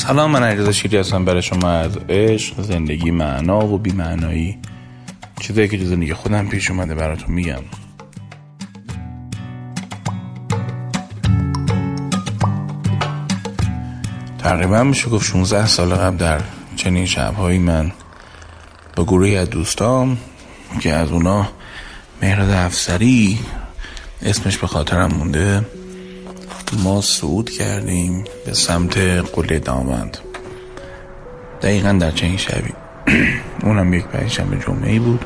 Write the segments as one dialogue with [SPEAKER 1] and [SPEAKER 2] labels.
[SPEAKER 1] سلام، من علیرضا شیری هستم. برای شما از عشق، زندگی، معنا و بی معنایی، چیزایی که تو زندگی خودم پیش اومده براتون میگم. تقریبا میشه گفت 16 سال قبل در چنین شب‌هایی من با گروهی از دوستام که از اونا مهراد افسری اسمش به خاطرم مونده، ما صعود کردیم به سمت قله دامند. دقیقا در چنین شبی اونم یک پنجشنبه جمعه‌ای بود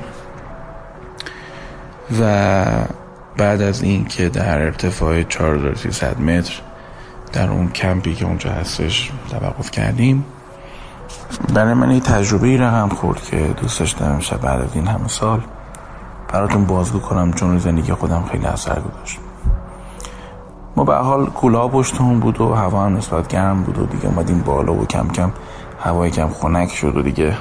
[SPEAKER 1] و بعد از این که در ارتفاع 4300 متر در اون کمپی که اونجا هستش توقف کردیم، برای من یه تجربه‌ای رقم خورد که دوست داشتم امشب بعد از این همه سال براتون بازگو کنم، چون زندگی خودم خیلی اثر گذاشت. ما به حال کولا پشتمون بود و هوا هم نسبت گرم بود و دیگه اومدیم بالا و کم کم هوای کم خنک شد و دیگه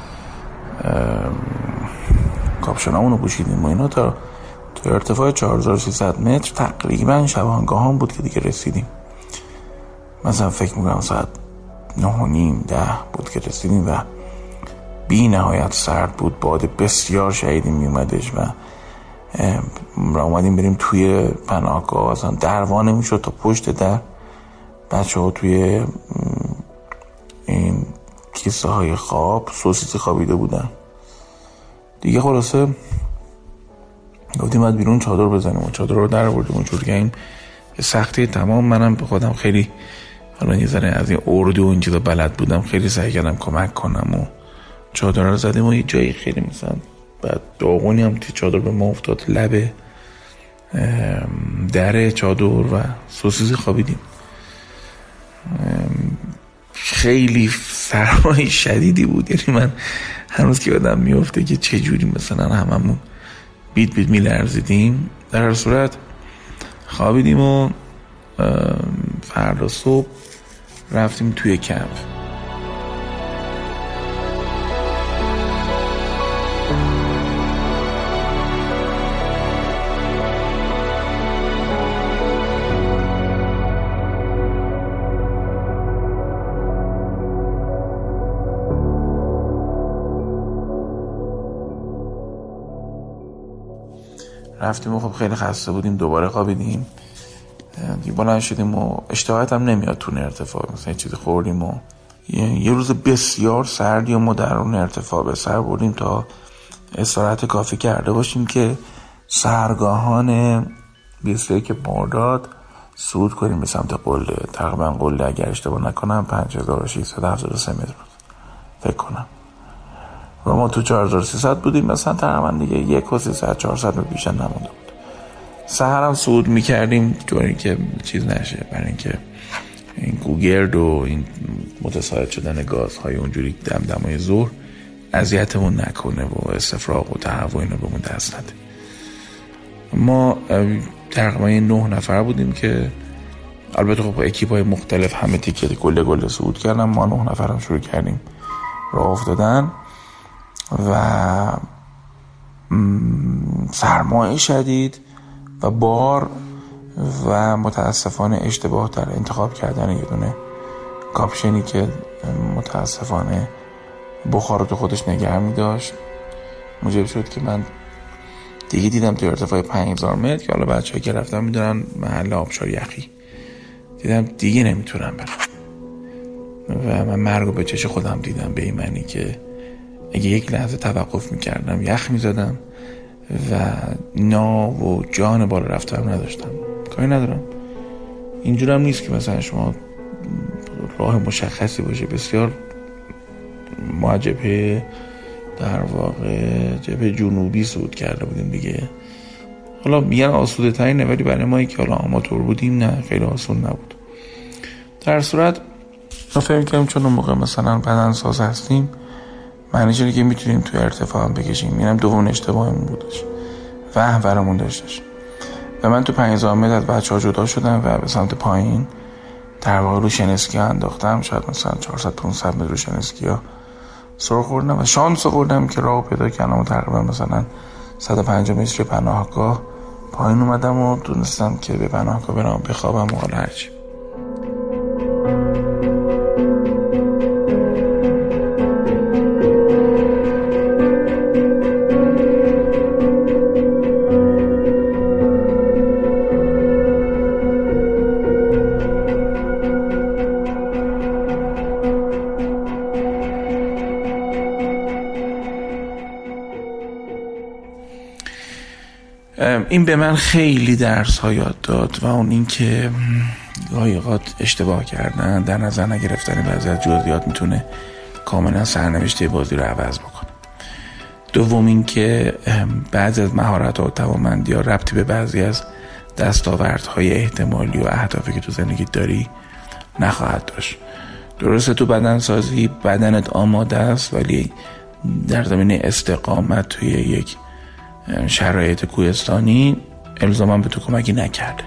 [SPEAKER 1] کاپشنامونو پوشیدیم و اینا تا تو ارتفاع 4300 متر تقریبا شبانگاهان بود که دیگه رسیدیم. مثلا فکر میکنم ساعت 9:30 10 بود که رسیدیم و بی نهایت سرد بود. باد بسیار شدیدی میومدش و را اومدیم بریم توی پناهگاه، اصلا دروا نمیشد تا پشت در. بچه ها توی این کیسه های خواب سوسیسی خوابیده بودن دیگه. خلاصه گفتیم باید بیرون چادر بزنیم و چادر رو در آوردیم و جور کردیم. سختی تمام. منم به خودم خیلی حالا یه ذره از این اردو و این چیزا بلد بودم، خیلی سعی کردم کمک کنم و چادر رو زدیم و یه جایی خیلی مثلا بعد داغونی هم تی چادر به ما افتاد لبه در چادر و سوسیسی خوابیدیم. خیلی سرمای شدیدی بود، یعنی من هنوز که یادم میفته که چه جوری مثلا هممون بیت میلرزیدیم. در هر صورت خوابیدیم و فردا صبح رفتیم توی کمپ. رفتیم و خب خیلی خسته بودیم، دوباره خوابیدیم. بلند شدیم و اشتهایت هم نمیاد تو ارتفاع، مثلا چیزی خوردیم و یه روز بسیار سردی و ما در اون ارتفاع به سر بردیم تا استراحت کافی کرده باشیم که سرگاهان 21 مرداد صعود کنیم به سمت قله. تقریبا قله اگر اشتباه نکنم 5673 متر بود فکر کنم و ما تو 4300 بودیم، مثلا تقریبا دیگه 1300-400 متر بیشتر نمونده بود. سحر هم صعود میکردیم جوری که چیز نشه، برای اینکه این گوگرد و این متساعد شدن گازهای اونجوری دمای ظهر اذیتمون نکنه و استفراغ و تهوع اینو بهمون دست نده. ما تقریبا 9 نفر بودیم که البته خب اکیپ‌های مختلف همه تیکه گله صعود کردن. ما 9 نفر هم شروع کردیم راه افتادن و سرمایه شدید و بار و متاسفانه اشتباه در انتخاب کردن یه دونه کاپشنی که متاسفانه بخار رو تو خودش نگه می داشت موجب شد که من دیگه دیدم تو ارتفاع 5000 متر که حالا بچه‌ها که رفتن میدونن محل آبشار یخی، دیدم دیگه نمیتونم برم و من مرگ رو به چش خودم دیدم، به این معنی که اگه یک لحظه توقف میکردم یخ میزدم و ناو و جان بالا رفتم نداشتم. کاری ندارم، اینجورم نیست که مثلا شما راه مشخصی باشه. بسیار ما جبهه در واقع جبهه جنوبی صعود کرده بودیم دیگه. حالا میگن آسوده ترینه، ولی برای ما که حالا آماتور بودیم نه، خیلی آسون نبود. در صورت ما فکر کنیم چون اون موقع مثلا بدنساز هستیم معنیش اینه که میتونیم توی ارتفاع هم بکشیم. اینم دومین اشتباهمون بودش، وهم‌ورمون داشتش و من تو 5000 متر از بچه‌ها جدا شدم و به سمت پایین در واقع رو شنسکی انداختم. شاید مثلا 400-500 متر رو شنسکی ها سر خوردم و شانس خوردم که راهو پیدا کردم و تقریبا مثلا 150 متر پناهگاه پایین اومدم و دونستم که به پناهگاه برام بخوابم و حالا هرچی. این به من خیلی درس ها یاد داد و اون این که گاهی اوقات اشتباه کردن در نظر نگرفتن بعضی از جزئیات میتونه کاملا سرنوشت بازی رو عوض بکنه. دوم این که بعضی از مهارت ها و توانمندی ها ربطی به بعضی از دستاوردهای احتمالی و اهدافی که تو زندگی داری نخواهد داشت. درسته تو بدنسازی بدنت آماده است، ولی در زمینه استقامت توی یک شرایط کوهستانی الزاما به تو کمکی نکرده.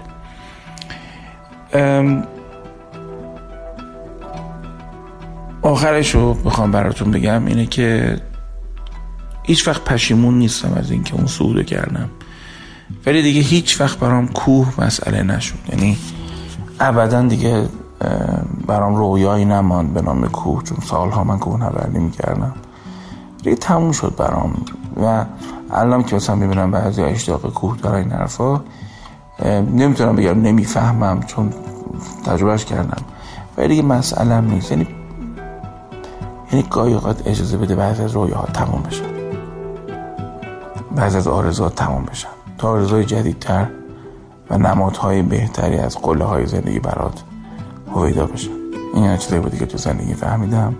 [SPEAKER 1] آخرش رو بخوام براتون بگم اینه که هیچ وقت پشیمون نیستم از اینکه اون صعودو کردم، ولی دیگه هیچ وقت برام کوه مسئله نشد. یعنی ابدا دیگه برام رویایی نماند به نام کوه، چون سالها من کوه نوردی میکردم. دیگه تموم شد برام. و الان که مثلا میبینم بعضی اشتیاق کوه دارن این حرفا، نمیتونم بگم نمیفهمم چون تجربهش کردم، ولی دیگه مسئله نیست. یعنی گاهی اوقات اجازه بده بعضی از رویاها تموم بشن، بعضی از آرزوها تموم بشن تا آرزوهای جدیدتر و نمادهای بهتری از قله های زندگی برات هویدا بشن. این چیزایی بودی که تو زندگی فهمیدم.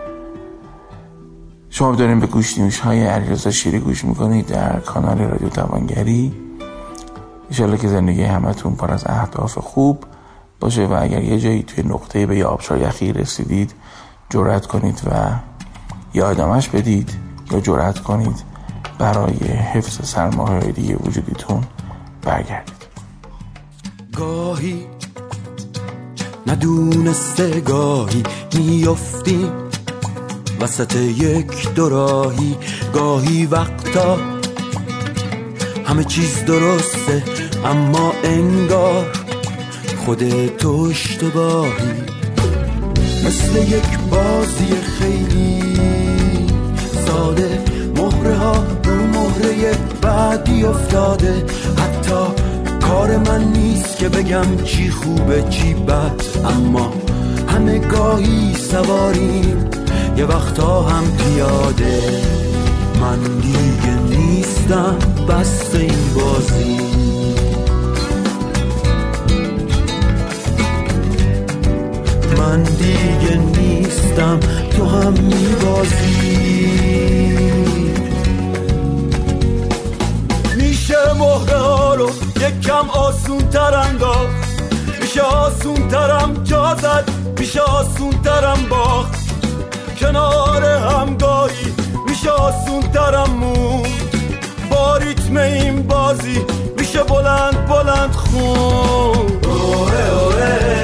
[SPEAKER 1] شما دارین به گوش نیوش های علیرضا شیری گوش میکنید در کانال رادیو توانگری. انشالله که زندگی همتون پر از اهداف خوب باشه و اگر یه جایی توی نقطه‌ای به یه آبشار یخی رسیدید جرأت کنید و یا ادامهش بدید یا جرأت کنید برای حفظ سرمایه‌های دیگه وجودیتون برگردید.
[SPEAKER 2] گاهی ندونسته گاهی میافتیم وسط یک دوراهی، گاهی وقتا همه چیز درسته اما انگار خودت اشتباهی. مثل یک بازی خیلی ساده، مهره ها رو مهره بعدی افتاده. حتی کار من نیست که بگم چی خوبه چی بد، اما همه گاهی سواریم یه وقتا هم پیاده. من دیگه نیستم بس این بازی، من دیگه نیستم تو هم میبازی. میشه مهره ها رو یک کم آسون تر انداخت، میشه آسون ترم جا زد، میشه آسون ترم باخت. کنار همگاهی میشه آسون ترم موند، با ریتم این بازی میشه بلند بلند خون. اوه اوه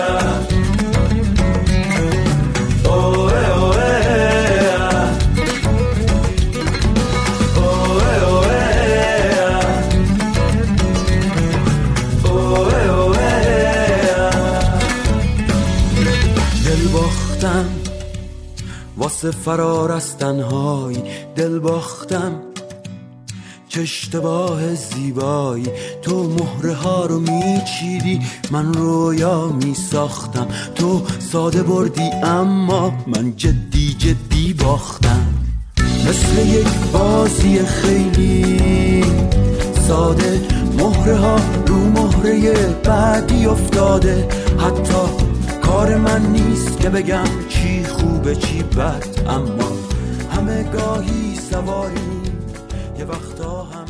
[SPEAKER 2] واسه فرار از تنهایی، دل باختم چه اشتباه زیبایی. تو مهره ها رو میچیدی من رویا میساختم، تو ساده بردی اما من جدی جدی باختم. مثل یک بازی خیلی ساده، مهره ها رو مهره بعدی افتاده. حتی کار من نیست که بگم چی خوبه چی بد، اما همه گاهی سواریم یه وقتا هم